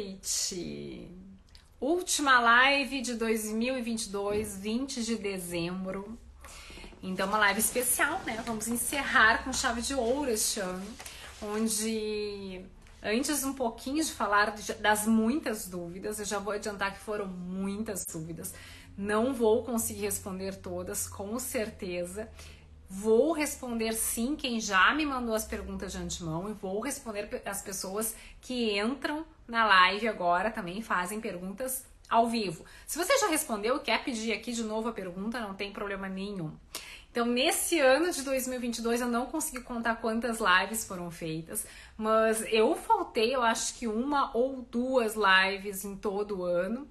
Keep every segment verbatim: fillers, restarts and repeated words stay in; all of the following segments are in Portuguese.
noite! Última live de dois mil e vinte e dois, vinte de dezembro. Então, uma live especial, né? Vamos encerrar com chave de ouro este ano, onde, antes um pouquinho de falar das muitas dúvidas, eu já vou adiantar que foram muitas dúvidas. Não vou conseguir responder todas, com certeza. Vou responder sim quem já me mandou as perguntas de antemão e vou responder as pessoas que entram na live agora, também fazem perguntas ao vivo. Se você já respondeu e quer pedir aqui de novo a pergunta, não tem problema nenhum. Então, nesse ano de dois mil e vinte e dois, eu não consegui contar quantas lives foram feitas, mas eu faltei, eu acho que uma ou duas lives em todo o ano.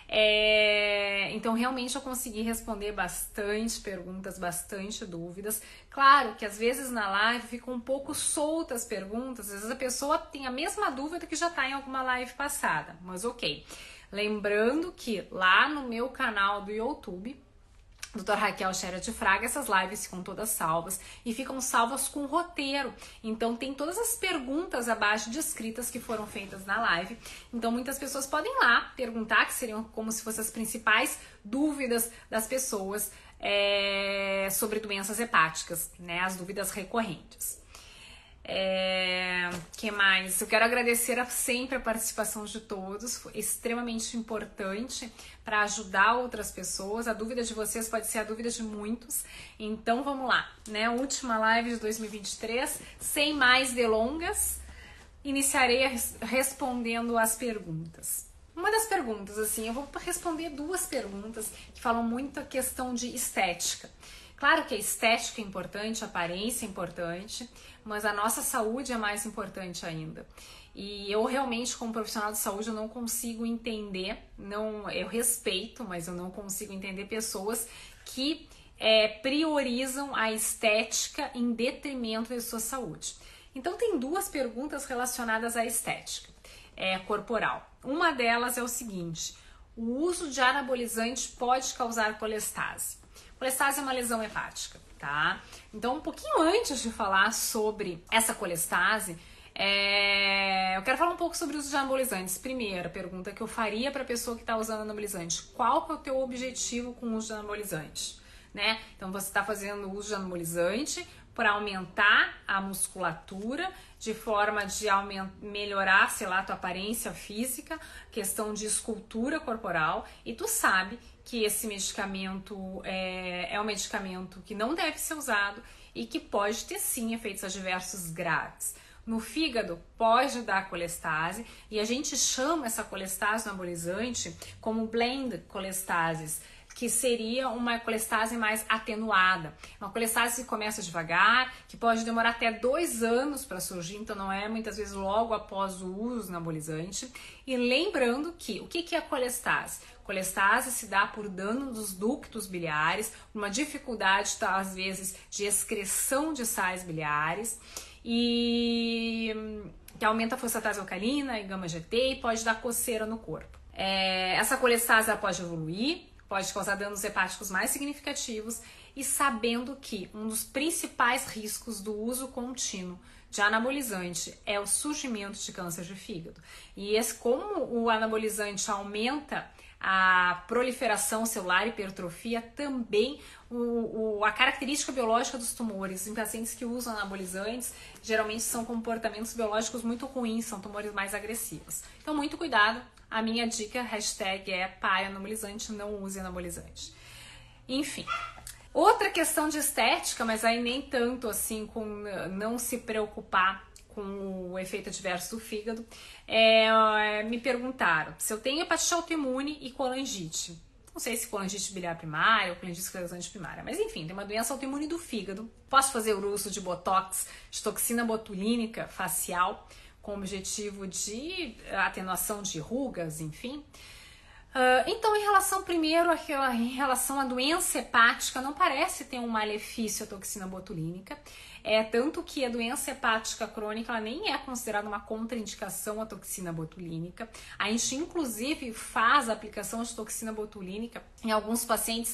É... Então, realmente, eu consegui responder bastante perguntas, bastante dúvidas. Claro que, às vezes, na live ficam um pouco soltas as perguntas, às vezes a pessoa tem a mesma dúvida que já está em alguma live passada, mas ok. Lembrando que lá no meu canal do YouTube, doutora Raquel Scherer de Fraga, essas lives ficam todas salvas e ficam salvas com roteiro. Então tem todas as perguntas abaixo descritas que foram feitas na live. Então muitas pessoas podem ir lá perguntar, que seriam como se fossem as principais dúvidas das pessoas é, sobre doenças hepáticas, né? As dúvidas recorrentes. É, que mais? Eu quero agradecer a, sempre a participação de todos, foi extremamente importante para ajudar outras pessoas. A dúvida de vocês pode ser a dúvida de muitos, então vamos lá, né? Última live de dois mil e vinte e três, sem mais delongas, iniciarei a, respondendo as perguntas. Uma das perguntas, assim, eu vou responder duas perguntas que falam muito a questão de estética. Claro que a estética é importante, a aparência é importante, mas a nossa saúde é mais importante ainda. E eu realmente, como profissional de saúde, eu não consigo entender, não, eu respeito, mas eu não consigo entender pessoas que é, priorizam a estética em detrimento da sua saúde. Então tem duas perguntas relacionadas à estética é, corporal. Uma delas é o seguinte: o uso de anabolizante pode causar colestase? Colestase é uma lesão hepática, tá? Então, um pouquinho antes de falar sobre essa colestase, é... eu quero falar um pouco sobre o uso de anabolizantes. Primeira pergunta que eu faria para a pessoa que está usando anabolizante: qual que é o teu objetivo com o uso de anabolizante? Né? Então, você está fazendo uso de anabolizante para aumentar a musculatura, de forma de aumentar, melhorar, sei lá, a tua aparência física, questão de escultura corporal, e tu sabe que esse medicamento é, é um medicamento que não deve ser usado e que pode ter sim efeitos adversos graves. No fígado pode dar colestase e a gente chama essa colestase anabolizante como blend colestases, que seria uma colestase mais atenuada. Uma colestase que começa devagar, que pode demorar até dois anos para surgir, então não é muitas vezes logo após o uso do anabolizante. E lembrando que, o que é a colestase? Colestase se dá por dano dos ductos biliares, uma dificuldade, tá, às vezes, de excreção de sais biliares, e que aumenta a fosfatase alcalina e gama-G T e pode dar coceira no corpo. É, essa colestase ela pode evoluir, pode causar danos hepáticos mais significativos, e sabendo que um dos principais riscos do uso contínuo de anabolizante é o surgimento de câncer de fígado. E esse, como o anabolizante aumenta a proliferação celular e hipertrofia, também o, o, a característica biológica dos tumores em pacientes que usam anabolizantes geralmente são comportamentos biológicos muito ruins, são tumores mais agressivos. Então, muito cuidado. A minha dica, hashtag é pare anabolizante, não use anabolizante. Enfim, outra questão de estética, mas aí nem tanto assim com não se preocupar com o efeito adverso do fígado, é, me perguntaram se eu tenho hepatite autoimune e colangite. Não sei se colangite biliar primária ou colangite esclerosante primária, mas enfim, tem uma doença autoimune do fígado. Posso fazer o uso de botox, de toxina botulínica facial, com o objetivo de atenuação de rugas, enfim. Uh, então, em relação primeiro, em relação à doença hepática, não parece ter um malefício a toxina botulínica. É, tanto que a doença hepática crônica ela nem é considerada uma contraindicação à toxina botulínica. A gente, inclusive, faz a aplicação de toxina botulínica em alguns pacientes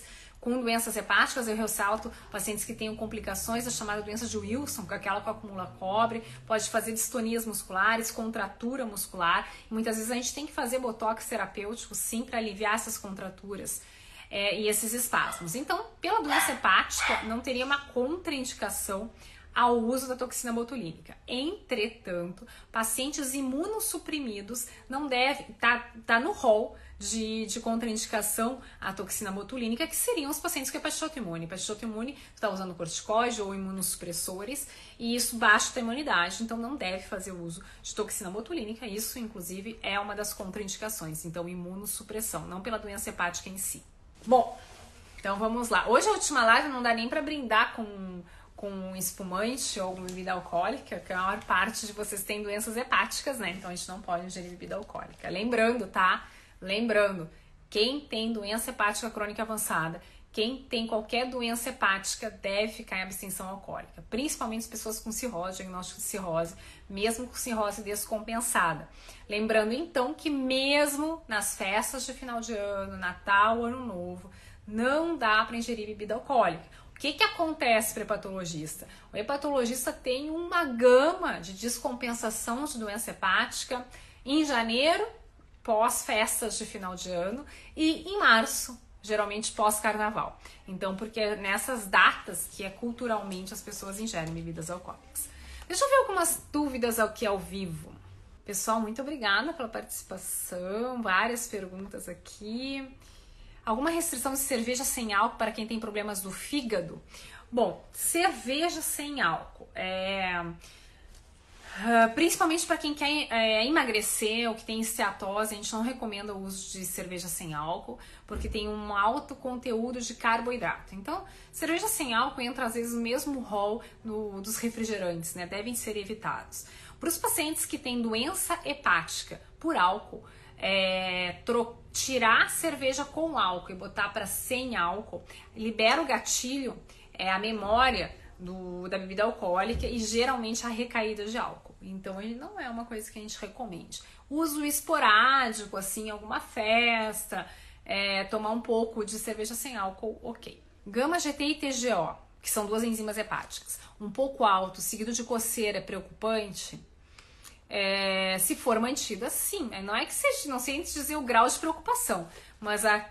Com doenças hepáticas, eu ressalto pacientes que tenham complicações da chamada doença de Wilson, que é aquela que acumula cobre, pode fazer distonias musculares, contratura muscular. E muitas vezes a gente tem que fazer botox terapêutico, sim, para aliviar essas contraturas é, e esses espasmos. Então, pela doença hepática, não teria uma contraindicação ao uso da toxina botulínica. Entretanto, pacientes imunossuprimidos não devem, tá, tá no rol de, de contraindicação à toxina botulínica, que seriam os pacientes com hepatite autoimune. Hepatite autoimune está usando corticoide ou imunossupressores e isso baixa a imunidade, então não deve fazer uso de toxina botulínica. Isso, inclusive, é uma das contraindicações. Então, imunossupressão, não pela doença hepática em si. Bom, então vamos lá. Hoje a última live não dá nem para brindar com com espumante ou bebida alcoólica, que a maior parte de vocês tem doenças hepáticas, né? Então a gente não pode ingerir bebida alcoólica. Lembrando, tá? Lembrando, quem tem doença hepática crônica avançada, quem tem qualquer doença hepática deve ficar em abstenção alcoólica, principalmente as pessoas com cirrose, diagnóstico de cirrose, mesmo com cirrose descompensada. Lembrando então que mesmo nas festas de final de ano, Natal, Ano Novo, não dá para ingerir bebida alcoólica. O que, que acontece para o hepatologista? O hepatologista tem uma gama de descompensação de doença hepática em janeiro, pós-festas de final de ano, e em março, geralmente pós-carnaval. Então, porque é nessas datas que é culturalmente as pessoas ingerem bebidas alcoólicas. Deixa eu ver algumas dúvidas aqui ao vivo. Pessoal, muito obrigada pela participação, várias perguntas aqui. Alguma restrição de cerveja sem álcool para quem tem problemas do fígado? Bom, cerveja sem álcool, é, uh, principalmente para quem quer é, emagrecer ou que tem esteatose, a gente não recomenda o uso de cerveja sem álcool, porque tem um alto conteúdo de carboidrato. Então, cerveja sem álcool entra às vezes no mesmo rol no, dos refrigerantes, né? Devem ser evitados. Para os pacientes que têm doença hepática por álcool, É, tirar cerveja com álcool e botar para sem álcool, libera o gatilho, é, a memória do, da bebida alcoólica e geralmente a recaída de álcool. Então ele não é uma coisa que a gente recomende. Uso esporádico, assim, em alguma festa, é, tomar um pouco de cerveja sem álcool, ok. Gama G T e T G O, que são duas enzimas hepáticas, um pouco alto, seguido de coceira, é preocupante? É, se for mantida, sim. Não é que seja, não sei dizer o grau de preocupação, mas a,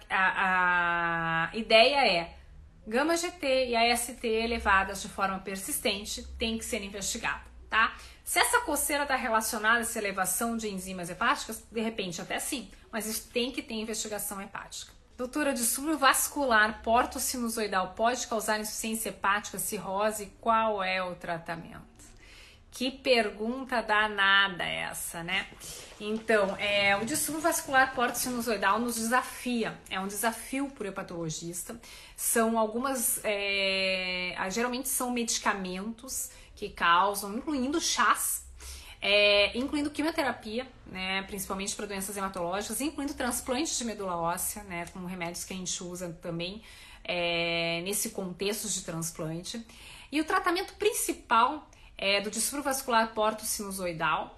a, a ideia é gama G T e A S T elevadas de forma persistente tem que ser investigado, tá? Se essa coceira está relacionada a essa elevação de enzimas hepáticas, de repente até sim, mas isso tem que ter investigação hepática. Doutora, distúrbio vascular portosinusoidal pode causar insuficiência hepática, cirrose? Qual é o tratamento? Que pergunta danada essa, né? Então, é, o distúrbio vascular portosinusoidal nos desafia, é um desafio para o hepatologista. São algumas, é, geralmente são medicamentos que causam, incluindo chás, é, incluindo quimioterapia, né, principalmente para doenças hematológicas, incluindo transplantes de medula óssea, né, com remédios que a gente usa também é, nesse contexto de transplante. E o tratamento principal É, do distúrbio vascular portosinusoidal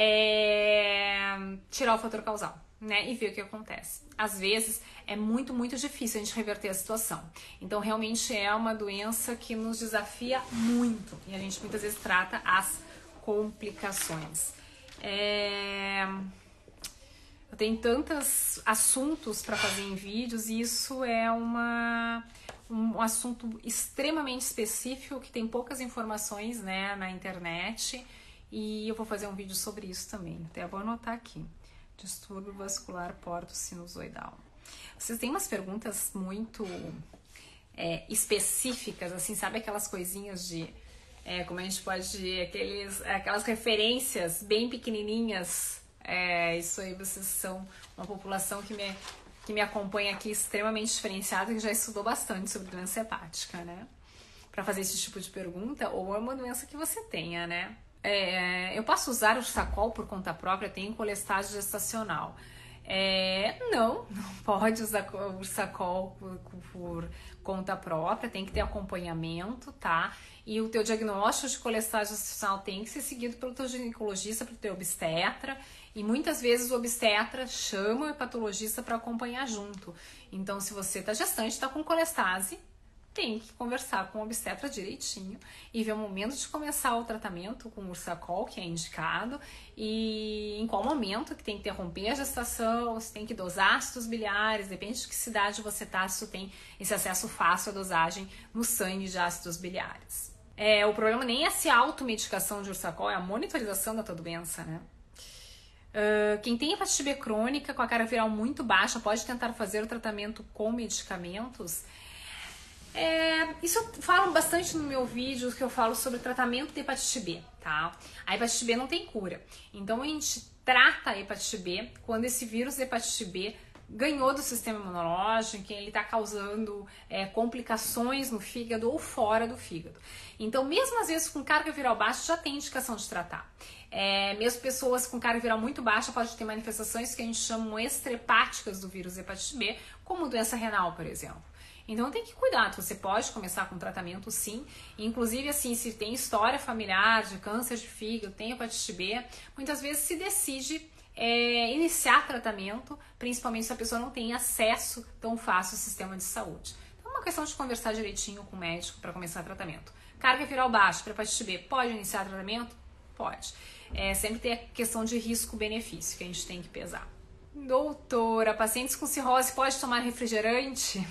é tirar o fator causal, né, e ver o que acontece. Às vezes é muito, muito difícil a gente reverter a situação. Então realmente é uma doença que nos desafia muito e a gente muitas vezes trata as complicações. É... Eu tenho tantos assuntos para fazer em vídeos e isso é uma... um assunto extremamente específico que tem poucas informações, né, na internet, e eu vou fazer um vídeo sobre isso também. Até vou anotar aqui. Distúrbio vascular portosinusoidal. Vocês têm umas perguntas muito é, específicas, assim, sabe aquelas coisinhas de, é, como a gente pode, aqueles, aquelas referências bem pequenininhas. É, isso aí vocês são uma população que me que me acompanha aqui extremamente diferenciada, que já estudou bastante sobre doença hepática, né? Para fazer esse tipo de pergunta, ou é uma doença que você tenha, né? É, eu posso usar o Ursacol por conta própria? Tenho colestase gestacional. É, não, não pode usar o Ursacol por, por conta própria, tem que ter acompanhamento, tá? E o teu diagnóstico de colestase gestacional tem que ser seguido pelo teu ginecologista, pelo teu obstetra, E muitas vezes o obstetra chama o hepatologista para acompanhar junto. Então, se você está gestante, está com colestase, tem que conversar com o obstetra direitinho e ver o momento de começar o tratamento com o Ursacol, que é indicado, e em qual momento que tem que interromper a gestação, se tem que dosar ácidos biliares, depende de que cidade você está, se você tem esse acesso fácil à dosagem no sangue de ácidos biliares. É, o problema nem é se a automedicação de Ursacol, é a monitorização da tua doença, né? Uh, quem tem hepatite B crônica com a carga viral muito baixa pode tentar fazer o tratamento com medicamentos. É, isso eu falo bastante no meu vídeo que eu falo sobre tratamento de hepatite B, tá? A hepatite B não tem cura, então a gente trata a hepatite B quando esse vírus de hepatite B ganhou do sistema imunológico, que ele está causando é, complicações no fígado ou fora do fígado. Então, mesmo às vezes com carga viral baixa, já tem indicação de tratar. É, mesmo pessoas com carga viral muito baixa podem ter manifestações que a gente chama extrahepáticas do vírus de hepatite B, como doença renal, por exemplo. Então tem que cuidar, você pode começar com tratamento sim, inclusive assim, se tem história familiar de câncer de fígado, tem hepatite B, muitas vezes se decide é, iniciar tratamento, principalmente se a pessoa não tem acesso tão fácil ao sistema de saúde. Então é uma questão de conversar direitinho com o médico para começar tratamento. Carga viral baixa para hepatite B, pode iniciar tratamento? Pode. É, sempre tem a questão de risco-benefício que a gente tem que pesar. Doutora, pacientes com cirrose pode tomar refrigerante?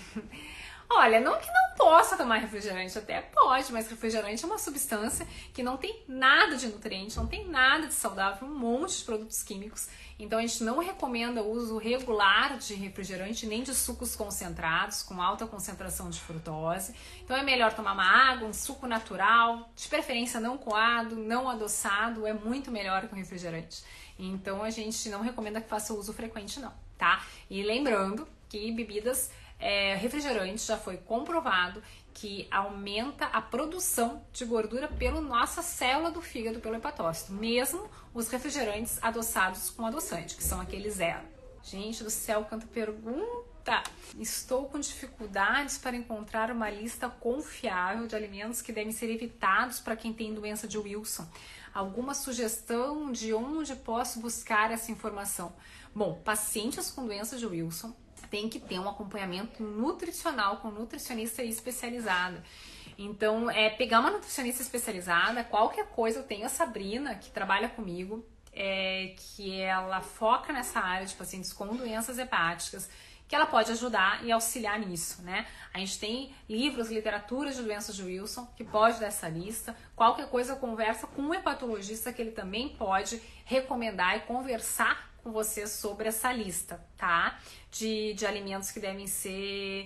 Olha, não que não possa tomar refrigerante, até pode, mas refrigerante é uma substância que não tem nada de nutriente, não tem nada de saudável, um monte de produtos químicos. Então a gente não recomenda o uso regular de refrigerante, nem de sucos concentrados, com alta concentração de frutose. Então é melhor tomar uma água, um suco natural, de preferência não coado, não adoçado, é muito melhor que o refrigerante. Então a gente não recomenda que faça uso frequente não, tá? E lembrando que bebidas É, refrigerante já foi comprovado que aumenta a produção de gordura pela nossa célula do fígado, pelo hepatócito, mesmo os refrigerantes adoçados com adoçante, que são aqueles zero. Gente do céu, quanta pergunta! Estou com dificuldades para encontrar uma lista confiável de alimentos que devem ser evitados para quem tem doença de Wilson. Alguma sugestão de onde posso buscar essa informação? Bom, pacientes com doença de Wilson tem que ter um acompanhamento nutricional com nutricionista especializada. Então, é pegar uma nutricionista especializada, qualquer coisa, eu tenho a Sabrina, que trabalha comigo, é, que ela foca nessa área de pacientes com doenças hepáticas, que ela pode ajudar e auxiliar nisso, né? A gente tem livros, literatura de doenças de Wilson, que pode dar essa lista. Qualquer coisa, conversa com um hepatologista, que ele também pode recomendar e conversar com você sobre essa lista, tá? De, de alimentos que devem ser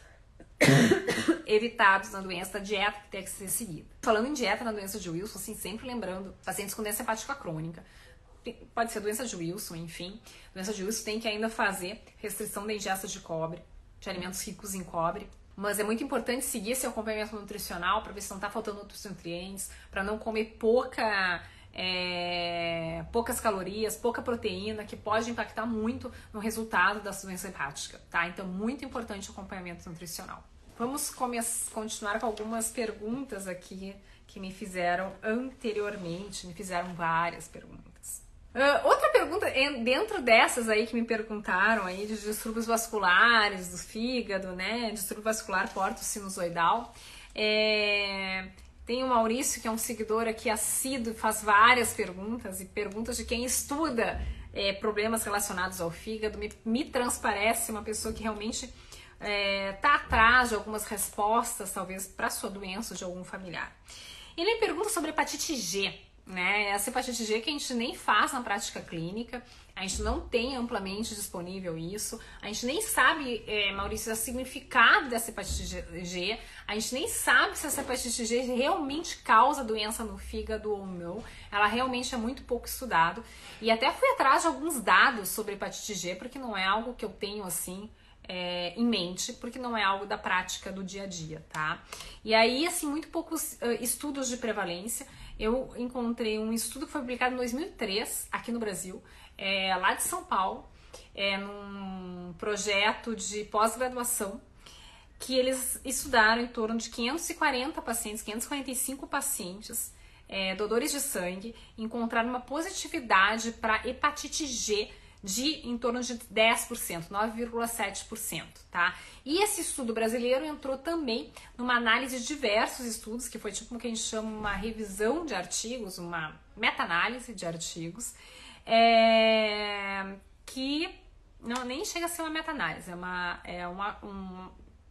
evitados na doença, da dieta que tem que ser seguida. Falando em dieta na doença de Wilson, assim, sempre lembrando, pacientes com doença hepática crônica, pode ser doença de Wilson, enfim, doença de Wilson tem que ainda fazer restrição da ingesta de cobre, de alimentos ricos em cobre, mas é muito importante seguir esse acompanhamento nutricional para ver se não tá faltando outros nutrientes, para não comer pouca... É, poucas calorias, pouca proteína, que pode impactar muito no resultado da doença hepática, tá? Então, muito importante o acompanhamento nutricional. Vamos continuar com algumas perguntas aqui que me fizeram anteriormente, me fizeram várias perguntas. Uh, outra pergunta, dentro dessas aí que me perguntaram aí de distúrbios vasculares do fígado, né? Distúrbio vascular porto-sinusoidal, é... Tem o Maurício, que é um seguidor aqui assíduo, faz várias perguntas, e perguntas de quem estuda é, problemas relacionados ao fígado. Me, me transparece uma pessoa que realmente é, tá atrás de algumas respostas, talvez, para sua doença de algum familiar. Ele me pergunta sobre hepatite G, né? Essa hepatite G que a gente nem faz na prática clínica, a gente não tem amplamente disponível isso, a gente nem sabe, é, Maurício, o significado dessa hepatite G, a gente nem sabe se essa hepatite G realmente causa doença no fígado ou não, ela realmente é muito pouco estudado, e até fui atrás de alguns dados sobre hepatite G, porque não é algo que eu tenho assim, É, em mente, porque não é algo da prática do dia a dia, tá? E aí, assim, muito poucos uh, estudos de prevalência. Eu encontrei um estudo que foi publicado em dois mil e três, aqui no Brasil, é, lá de São Paulo, é, num projeto de pós-graduação, que eles estudaram em torno de quinhentos e quarenta pacientes, quinhentos e quarenta e cinco pacientes, é, doadores de sangue encontraram uma positividade para hepatite G de em torno de dez por cento, nove vírgula sete por cento, tá? E esse estudo brasileiro entrou também numa análise de diversos estudos, que foi tipo o que a gente chama uma revisão de artigos, uma meta-análise de artigos, é, que não, nem chega a ser uma meta-análise, é uma, é uma um,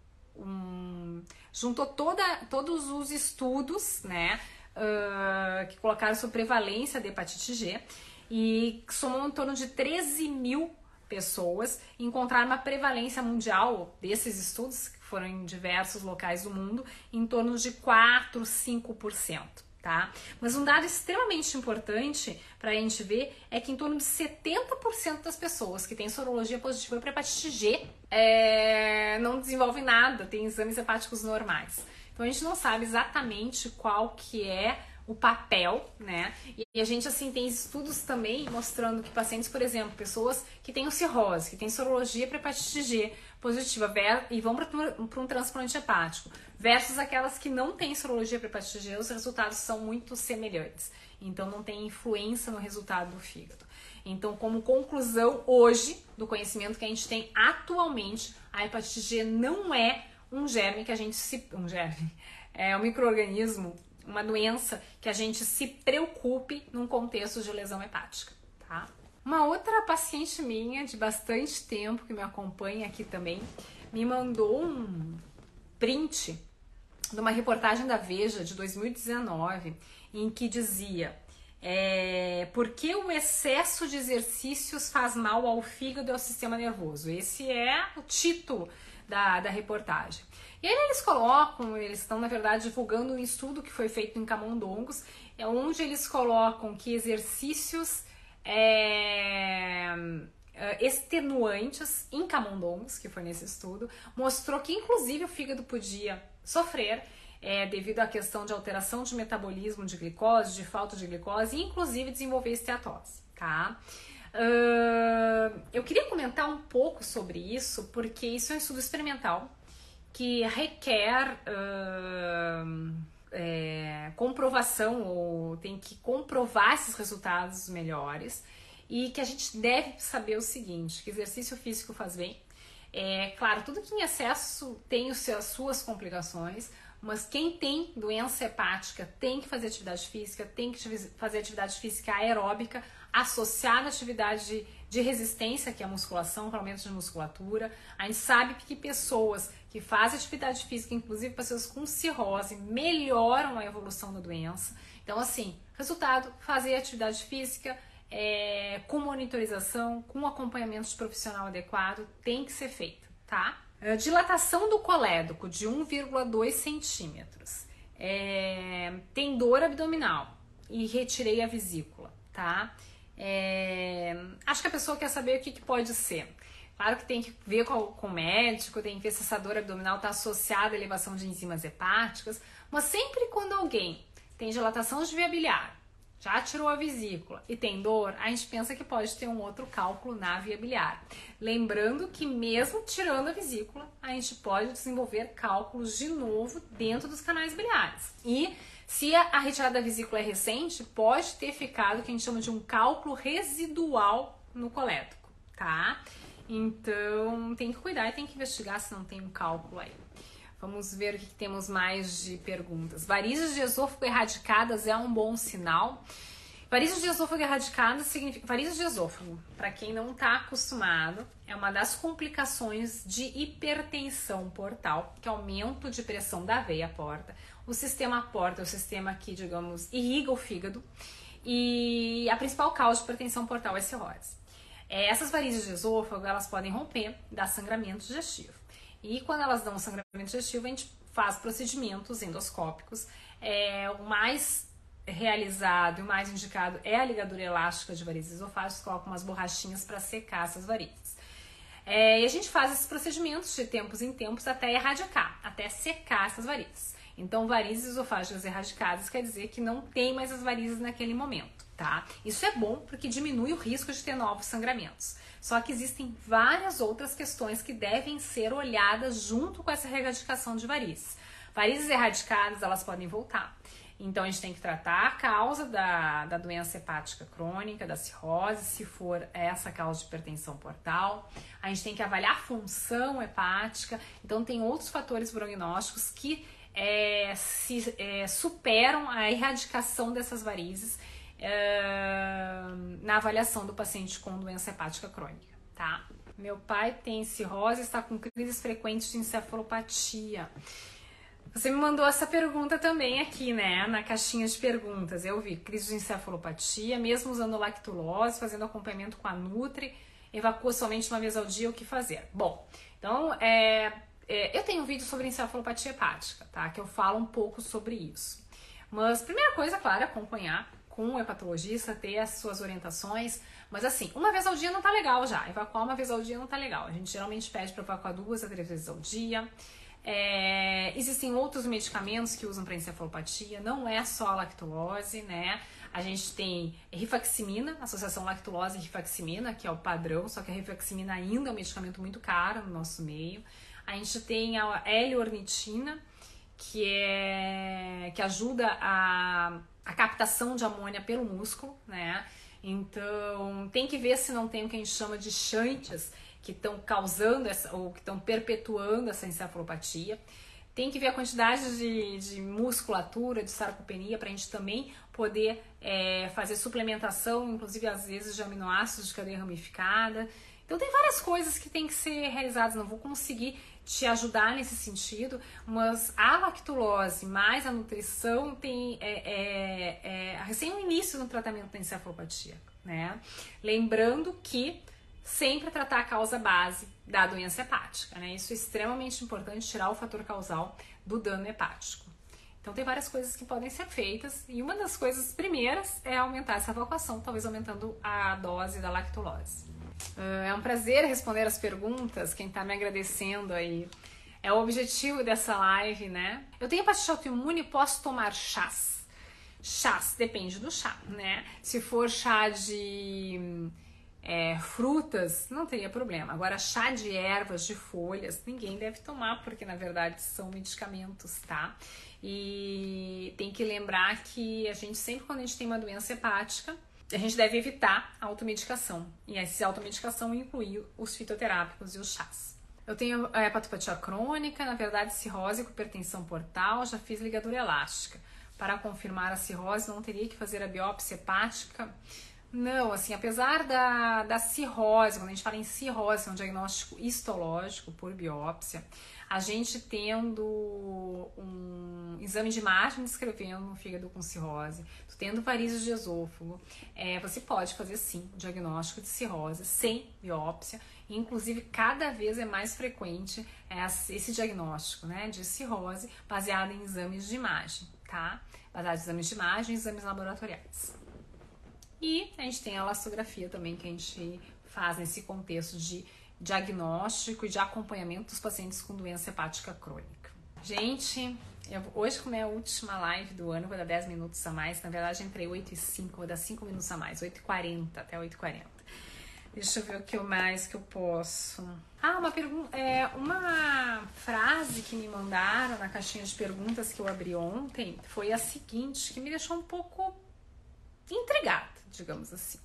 um, juntou toda, todos os estudos, né, uh, que colocaram sobre prevalência de hepatite G, e somou em torno de treze mil pessoas, e encontraram uma prevalência mundial desses estudos, que foram em diversos locais do mundo, em torno de quatro, cinco por cento. Tá? Mas um dado extremamente importante para a gente ver é que em torno de setenta por cento das pessoas que têm sorologia positiva para hepatite G é, não desenvolvem nada, têm exames hepáticos normais. Então a gente não sabe exatamente qual que é o papel, né? E a gente, assim, tem estudos também mostrando que pacientes, por exemplo, pessoas que têm cirrose, que têm sorologia para hepatite G positiva e vão para um transplante hepático, versus aquelas que não têm sorologia para hepatite G, os resultados são muito semelhantes. Então, não tem influência no resultado do fígado. Então, como conclusão, hoje, do conhecimento que a gente tem atualmente, a hepatite G não é um germe que a gente se... Um germe. É um micro-organismo, uma doença que a gente se preocupe num contexto de lesão hepática, tá? Uma outra paciente minha, de bastante tempo, que me acompanha aqui também, me mandou um print de uma reportagem da Veja de dois mil e dezenove, em que dizia é, por que o excesso de exercícios faz mal ao fígado e ao sistema nervoso. Esse é o título da, da reportagem. E aí eles colocam, eles estão na verdade divulgando um estudo que foi feito em camundongos, é onde eles colocam que exercícios é, extenuantes em camundongos, que foi nesse estudo, mostrou que inclusive o fígado podia sofrer é, devido à questão de alteração de metabolismo de glicose, de falta de glicose e inclusive desenvolver esteatose, tá? Uh, eu queria comentar um pouco sobre isso, porque isso é um estudo experimental que requer uh, é, comprovação, ou tem que comprovar esses resultados melhores, e que a gente deve saber o seguinte, que exercício físico faz bem. É claro, tudo que em excesso tem as suas complicações, mas quem tem doença hepática tem que fazer atividade física, tem que fazer atividade física aeróbica, associada à atividade de, de resistência, que é a musculação, para aumento de musculatura. A gente sabe que pessoas que fazem atividade física, inclusive pessoas com cirrose, melhoram a evolução da doença. Então, assim, resultado, fazer atividade física é, com monitorização, com acompanhamento de profissional adequado, tem que ser feito, tá? Dilatação do colédoco de um vírgula dois centímetros. É, tem dor abdominal e retirei a vesícula, tá? É, acho que a pessoa quer saber o que, que pode ser. Claro que tem que ver com, com o médico, tem que ver se essa dor abdominal está associada à elevação de enzimas hepáticas, mas sempre quando alguém tem dilatação de via biliar, já tirou a vesícula e tem dor, a gente pensa que pode ter um outro cálculo na via biliar. Lembrando que mesmo tirando a vesícula, a gente pode desenvolver cálculos de novo dentro dos canais biliares. E se a retirada da vesícula é recente, pode ter ficado o que a gente chama de um cálculo residual no colédoco, tá? Então tem que cuidar e tem que investigar se não tem um cálculo aí. Vamos ver o que temos mais de perguntas. Varizes de esôfago erradicadas é um bom sinal? Varizes de esôfago erradicadas significa... Varizes de esôfago, para quem não está acostumado, é uma das complicações de hipertensão portal, que é aumento de pressão da veia porta. O sistema porta é o sistema que, digamos, irriga o fígado. E a principal causa de hipertensão portal é cirrose. É, essas varizes de esôfago, elas podem romper, dar sangramento digestivo. E quando elas dão sangramento digestivo, a gente faz procedimentos endoscópicos. É, o mais realizado e o mais indicado é a ligadura elástica de varizes esofágicas, coloca umas borrachinhas para secar essas varizes. É, e a gente faz esses procedimentos de tempos em tempos até erradicar, até secar essas varizes. Então, varizes esofágicas erradicadas quer dizer que não tem mais as varizes naquele momento, tá? Isso é bom porque diminui o risco de ter novos sangramentos. Só que existem várias outras questões que devem ser olhadas junto com essa erradicação de varizes. Varizes erradicadas, elas podem voltar. Então a gente tem que tratar a causa da, da doença hepática crônica, da cirrose, se for essa causa de hipertensão portal. A gente tem que avaliar a função hepática. Então tem outros fatores prognósticos que é, se, é, superam a erradicação dessas varizes é, na avaliação do paciente com doença hepática crônica, tá? Meu pai tem cirrose e está com crises frequentes de encefalopatia. Você me mandou essa pergunta também aqui, né, na caixinha de perguntas. Eu vi crise de encefalopatia, mesmo usando lactulose, fazendo acompanhamento com a Nutri, evacua somente uma vez ao dia, o que fazer? Bom, então, é, é, eu tenho um vídeo sobre encefalopatia hepática, tá, que eu falo um pouco sobre isso. Mas, primeira coisa, claro, acompanhar com o hepatologista, ter as suas orientações, mas assim, uma vez ao dia não tá legal já, evacuar uma vez ao dia não tá legal. A gente geralmente pede para evacuar duas a três vezes ao dia. É, existem outros medicamentos que usam para encefalopatia, não é só a lactulose, né? A gente tem rifaximina, associação lactulose e rifaximina, que é o padrão, só que a rifaximina ainda é um medicamento muito caro no nosso meio. A gente tem a L-ornitina, que, é, que ajuda a, a captação de amônia pelo músculo, né? Então, tem que ver se não tem o que a gente chama de shunts, que estão causando essa, ou que estão perpetuando essa encefalopatia. Tem que ver a quantidade de, de musculatura, de sarcopenia, para a gente também poder é, fazer suplementação, inclusive às vezes de aminoácidos de cadeia ramificada. Então tem várias coisas que tem que ser realizadas, não vou conseguir te ajudar nesse sentido, mas a lactulose mais a nutrição tem é, é, é, recém o início no tratamento da encefalopatia, né? Lembrando que sempre tratar a causa base da doença hepática, né? Isso é extremamente importante, tirar o fator causal do dano hepático. Então tem várias coisas que podem ser feitas e uma das coisas primeiras é aumentar essa evacuação, talvez aumentando a dose da lactulose. É um prazer responder as perguntas, quem tá me agradecendo aí. É o objetivo dessa live, né? Eu tenho hepatite autoimune e posso tomar chás. Chás, depende do chá, né? Se for chá de é, frutas, não teria problema. Agora, chá de ervas, de folhas, ninguém deve tomar, porque na verdade são medicamentos, tá? E tem que lembrar que a gente sempre, quando a gente tem uma doença hepática, a gente deve evitar a automedicação. E essa automedicação inclui os fitoterápicos e os chás. Eu tenho a hepatopatia crônica, na verdade cirrose com hipertensão portal, já fiz ligadura elástica. Para confirmar a cirrose, não teria que fazer a biópsia hepática? Não, assim, apesar da, da cirrose, quando a gente fala em cirrose, é um diagnóstico histológico por biópsia, a gente tendo um exame de imagem descrevendo um fígado com cirrose, tu tendo varizes de esôfago, é, você pode fazer sim o diagnóstico de cirrose sem biópsia, e, inclusive cada vez é mais frequente esse diagnóstico, né, de cirrose baseado em exames de imagem, tá? Baseado em exames de imagem e exames laboratoriais. E a gente tem a elastografia também, que a gente faz nesse contexto de diagnóstico e de acompanhamento dos pacientes com doença hepática crônica. Gente, eu, hoje, como é a última live do ano, vou dar dez minutos a mais. Na verdade, entre oito e cinco, vou dar cinco minutos a mais, oito e quarenta até oito e quarenta. Deixa eu ver o que mais que eu posso. Ah, uma pergunta, é, uma frase que me mandaram na caixinha de perguntas que eu abri ontem foi a seguinte, que me deixou um pouco intrigada, digamos assim.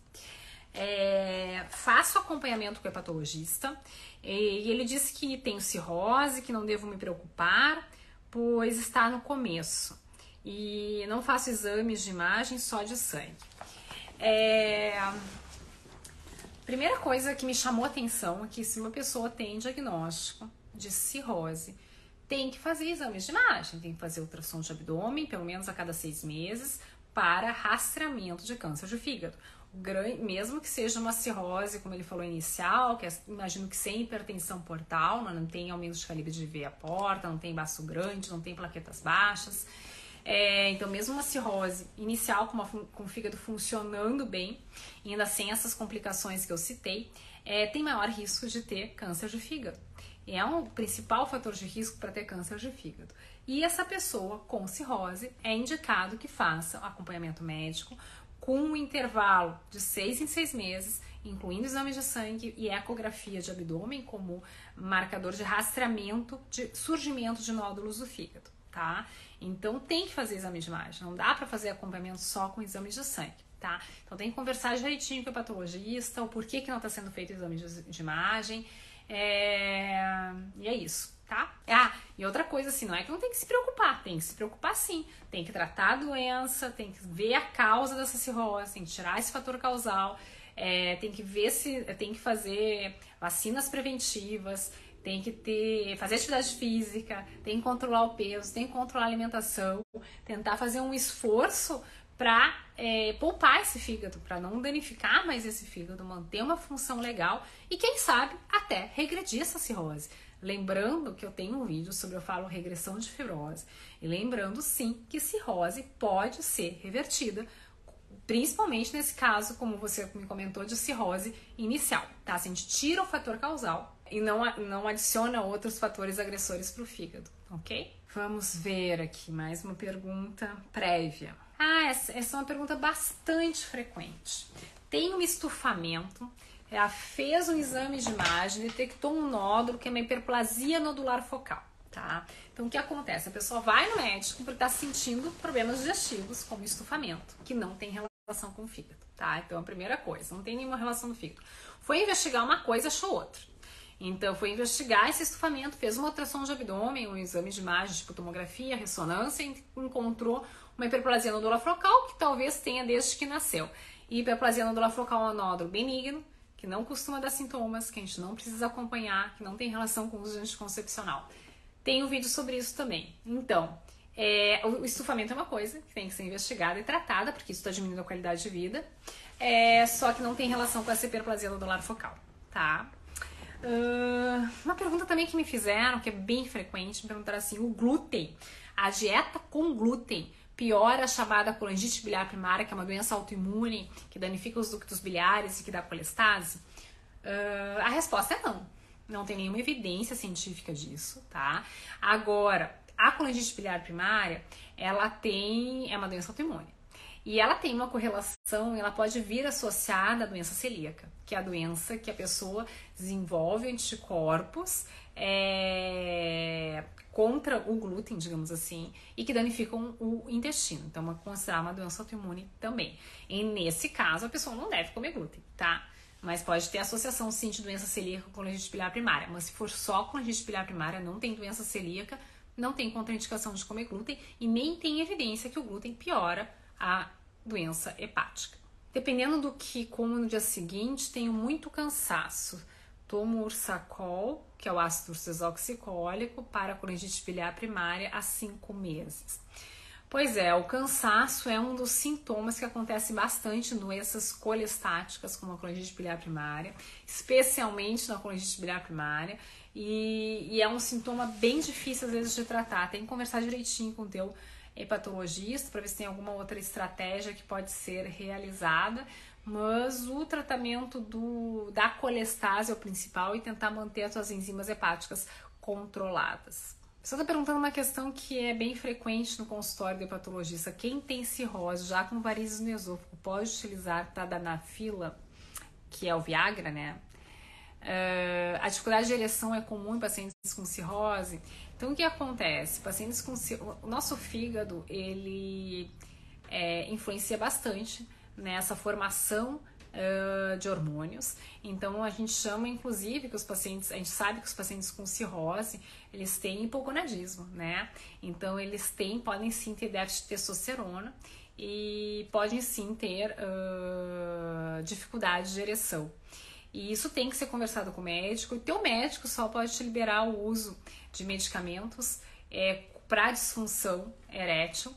É, faço acompanhamento com o hepatologista e ele disse que tenho cirrose, que não devo me preocupar, pois está no começo e não faço exames de imagem, só de sangue. É, primeira coisa que me chamou a atenção é que se uma pessoa tem diagnóstico de cirrose, tem que fazer exames de imagem, tem que fazer ultrassom de abdômen pelo menos a cada seis meses para rastreamento de câncer de fígado. Mesmo que seja uma cirrose, como ele falou inicial, que é, imagino que sem hipertensão portal, não tem aumento de calibre de veia porta, não tem baço grande, não tem plaquetas baixas. É, então, mesmo uma cirrose inicial com, uma, com o fígado funcionando bem, ainda sem essas complicações que eu citei, é, tem maior risco de ter câncer de fígado. É um principal fator de risco para ter câncer de fígado. E essa pessoa com cirrose é indicado que faça acompanhamento médico com um intervalo de seis em seis meses, incluindo exames de sangue e ecografia de abdômen como marcador de rastreamento de surgimento de nódulos do fígado, tá? Então tem que fazer exame de imagem, não dá para fazer acompanhamento só com exame de sangue, tá? Então tem que conversar direitinho com o patologista, o porquê que não está sendo feito o exame de, de imagem, é... e é isso, tá? Ah, e outra coisa assim, não é que não tem que se preocupar, tem que se preocupar sim, tem que tratar a doença, tem que ver a causa dessa cirrose, tem que tirar esse fator causal, é, tem que ver se, tem que fazer vacinas preventivas, tem que ter, fazer atividade física, tem que controlar o peso, tem que controlar a alimentação, tentar fazer um esforço para é, poupar esse fígado, para não danificar mais esse fígado, manter uma função legal e quem sabe até regredir essa cirrose. Lembrando que eu tenho um vídeo sobre eu falo regressão de fibrose e lembrando sim que cirrose pode ser revertida, principalmente nesse caso, como você me comentou, de cirrose inicial, tá? Se a gente tira o fator causal e não, não adiciona outros fatores agressores para o fígado, ok? Vamos ver aqui mais uma pergunta prévia. Ah, essa, essa é uma pergunta bastante frequente. Tem um estufamento, ela fez um exame de imagem, detectou um nódulo que é uma hiperplasia nodular focal, tá? Então o que acontece? A pessoa vai no médico porque está sentindo problemas digestivos, como estufamento, que não tem relação com o fígado, tá? Então a primeira coisa, não tem nenhuma relação no fígado. Foi investigar uma coisa, achou outra. Então foi investigar esse estufamento, fez uma ultrassom de abdômen, um exame de imagem, tipo tomografia, ressonância, e encontrou uma hiperplasia nodular focal que talvez tenha desde que nasceu. E hiperplasia nodular focal é um nódulo benigno, que não costuma dar sintomas, que a gente não precisa acompanhar, que não tem relação com o uso anticoncepcional. Tem um vídeo sobre isso também. Então, é, o estufamento é uma coisa que tem que ser investigada e tratada, porque isso está diminuindo a qualidade de vida, é, só que não tem relação com essa hiperplasia nodular focal, tá? Uh, uma pergunta também que me fizeram, que é bem frequente, me perguntaram assim, o glúten, a dieta com glúten piora a chamada colangite biliar primária, que é uma doença autoimune, que danifica os ductos biliares e que dá colestase? Uh, a resposta é não. Não tem nenhuma evidência científica disso, tá? Agora, a colangite biliar primária, ela tem, é uma doença autoimune. E ela tem uma correlação, ela pode vir associada à doença celíaca, que é a doença que a pessoa desenvolve anticorpos é, contra o glúten, digamos assim, e que danificam o intestino. Então, é considerada uma doença autoimune também. E nesse caso, a pessoa não deve comer glúten, tá? Mas pode ter associação, sim, de doença celíaca com colangite biliar primária. Mas se for só colangite biliar primária, não tem doença celíaca, não tem contraindicação de comer glúten e nem tem evidência que o glúten piora a doença hepática. Dependendo do que como no dia seguinte, tenho muito cansaço. Tomo Ursacol, que é o ácido ursodesoxicólico, para a colangite biliar primária há cinco meses. Pois é, o cansaço é um dos sintomas que acontece bastante em doenças colestáticas, como a colangite biliar primária, especialmente na colangite biliar primária, e, e é um sintoma bem difícil às vezes de tratar. Tem que conversar direitinho com o teu hepatologista para ver se tem alguma outra estratégia que pode ser realizada, mas o tratamento do, da colestase é o principal e tentar manter as suas enzimas hepáticas controladas. Você está perguntando uma questão que é bem frequente no consultório do hepatologista. Quem tem cirrose já com varizes no esôfago pode utilizar tadalafila, que é o Viagra, né? Uh, a dificuldade de ereção é comum em pacientes com cirrose. Então o que acontece? Pacientes com cirrose, o nosso fígado ele é, influencia bastante nessa formação uh, de hormônios. Então a gente chama inclusive que os pacientes, a gente sabe que os pacientes com cirrose eles têm hipogonadismo, né? Então eles têm, podem sim ter déficit de testosterona e podem sim ter uh, dificuldade de ereção. E isso tem que ser conversado com o médico, e teu médico só pode te liberar o uso de medicamentos é, para disfunção erétil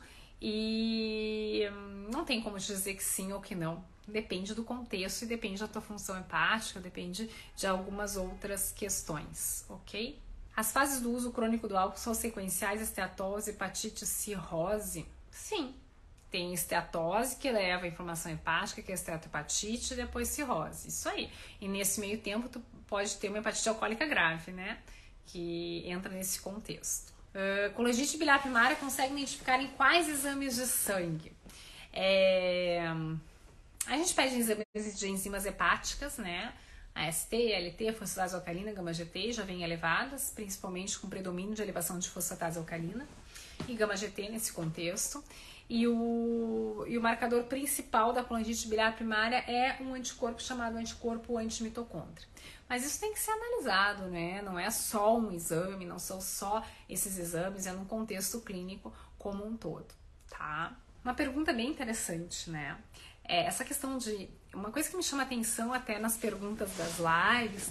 e não tem como te dizer que sim ou que não. Depende do contexto e depende da tua função hepática, depende de algumas outras questões, ok? As fases do uso crônico do álcool são sequenciais, esteatose, hepatite, cirrose? Sim. Tem esteatose, que leva a inflamação hepática, que é esteatohepatite, e depois cirrose. Isso aí. E nesse meio tempo, tu pode ter uma hepatite alcoólica grave, né? Que entra nesse contexto. Uh, colangite biliar primária consegue identificar em quais exames de sangue? É... A gente pede exames de enzimas hepáticas, né? A S T, L T, fosfatase alcalina, gama G T já vêm elevadas, principalmente com predomínio de elevação de fosfatase alcalina e gama G T nesse contexto. E o, e o marcador principal da colangite biliar primária é um anticorpo chamado anticorpo antimitocôndria. Mas isso tem que ser analisado, né? Não é só um exame, não são só esses exames, é num contexto clínico como um todo, tá? Uma pergunta bem interessante, né? É essa questão de... Uma coisa que me chama atenção até nas perguntas das lives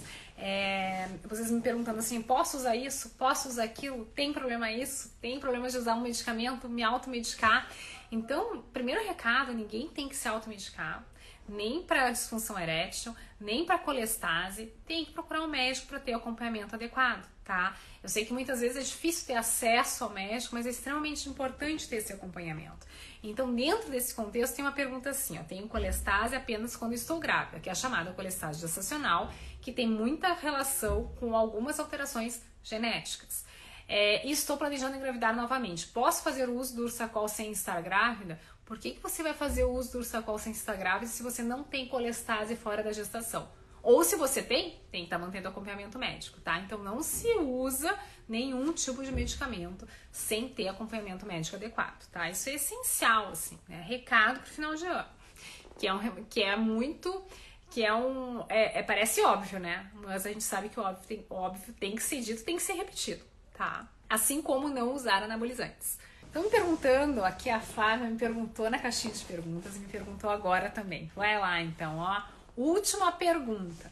é vocês me perguntando assim, posso usar isso? Posso usar aquilo? Tem problema isso? Tem problema de usar um medicamento? Me automedicar? Então, primeiro recado, ninguém tem que se automedicar, nem para disfunção erétil, nem para colestase, tem que procurar um médico para ter acompanhamento adequado, tá? Eu sei que muitas vezes é difícil ter acesso ao médico, mas é extremamente importante ter esse acompanhamento. Então, dentro desse contexto, tem uma pergunta assim, ó, tenho colestase apenas quando estou grávida, que é a chamada colestase gestacional, que tem muita relação com algumas alterações genéticas. É, e estou planejando engravidar novamente. Posso fazer o uso do Ursacol sem estar grávida? Por que que você vai fazer o uso do Ursacol sem estar grávida se você não tem colestase fora da gestação? Ou se você tem, tem que estar mantendo acompanhamento médico, tá? Então não se usa nenhum tipo de medicamento sem ter acompanhamento médico adequado, tá? Isso é essencial, assim, né? Recado pro final de ano, que é, um, que é muito... que é um... É, é, parece óbvio, né? Mas a gente sabe que o óbvio tem, óbvio tem que ser dito, tem que ser repetido, tá? Assim como não usar anabolizantes. Estão me perguntando, aqui a Flávia me perguntou na caixinha de perguntas e me perguntou agora também. Vai lá então, ó. Última pergunta.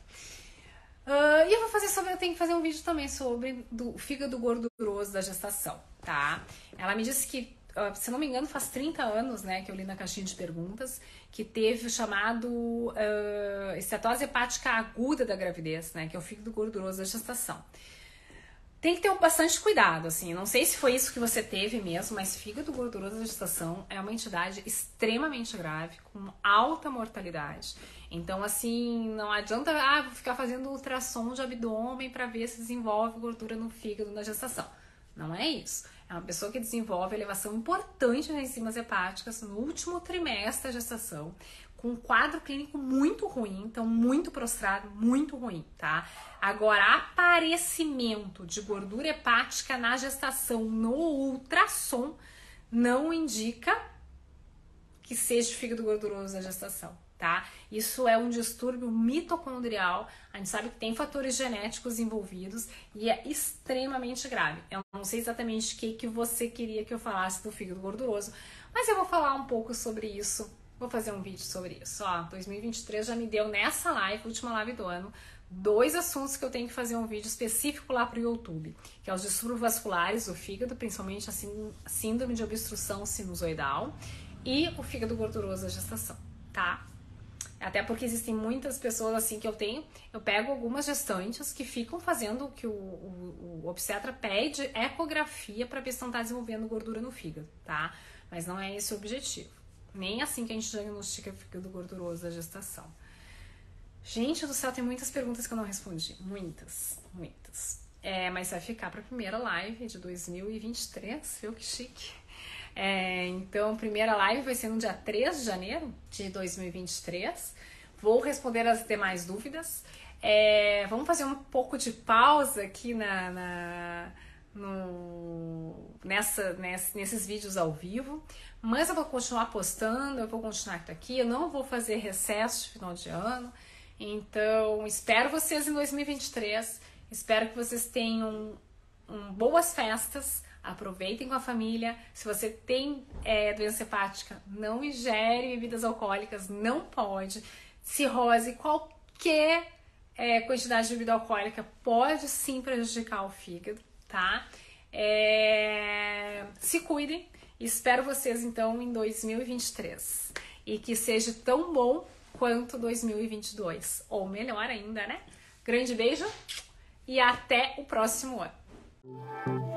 Uh, e eu vou fazer sobre, eu tenho que fazer um vídeo também sobre do fígado gorduroso da gestação, tá? Ela me disse que, uh, se não me engano, faz trinta anos, né, que eu li na caixinha de perguntas, que teve o chamado uh, estetose hepática aguda da gravidez, né, que é o fígado gorduroso da gestação. Tem que ter bastante cuidado, assim, não sei se foi isso que você teve mesmo, mas fígado gorduroso da gestação é uma entidade extremamente grave, com alta mortalidade. Então, assim, não adianta, ah, vou ficar fazendo ultrassom de abdômen para ver se desenvolve gordura no fígado na gestação. Não é isso. É uma pessoa que desenvolve elevação importante nas enzimas hepáticas no último trimestre da gestação, com um quadro clínico muito ruim, então muito prostrado, muito ruim, tá? Agora, aparecimento de gordura hepática na gestação no ultrassom não indica que seja fígado gorduroso da gestação, tá? Isso é um distúrbio mitocondrial, a gente sabe que tem fatores genéticos envolvidos e é extremamente grave. Eu não sei exatamente o que, que você queria que eu falasse do fígado gorduroso, mas eu vou falar um pouco sobre isso. Vou fazer um vídeo sobre isso. Ó, dois mil e vinte e três já me deu nessa live, última live do ano, dois assuntos que eu tenho que fazer um vídeo específico lá pro YouTube, que é os distúrbios vasculares do fígado, principalmente a síndrome de obstrução sinusoidal e o fígado gorduroso da gestação, tá? Até porque existem muitas pessoas assim que eu tenho, eu pego algumas gestantes que ficam fazendo o que o, o, o obstetra pede, ecografia, para ver se não tá desenvolvendo gordura no fígado, tá? Mas não é esse o objetivo. Nem assim que a gente diagnostica fígado gorduroso da gestação. Gente do céu, tem muitas perguntas que eu não respondi. Muitas, muitas. É, mas vai ficar para a primeira live de dois mil e vinte e três, viu que chique. É, então, a primeira live vai ser no dia três de janeiro de dois mil e vinte e três. Vou responder as demais dúvidas. É, vamos fazer um pouco de pausa aqui na... na No, nessa, nessa, nesses vídeos ao vivo, mas eu vou continuar postando, eu vou continuar aqui, eu não vou fazer recesso de final de ano, então espero vocês em dois mil e vinte e três, espero que vocês tenham um, boas festas, aproveitem com a família. Se você tem é, doença hepática, não ingere bebidas alcoólicas, não pode. Cirrose, qualquer é, quantidade de bebida alcoólica pode sim prejudicar o fígado, tá? É... Se cuidem. Espero vocês então em dois mil e vinte e três. E que seja tão bom quanto dois mil e vinte e dois. Ou melhor ainda, né? Grande beijo e até o próximo ano.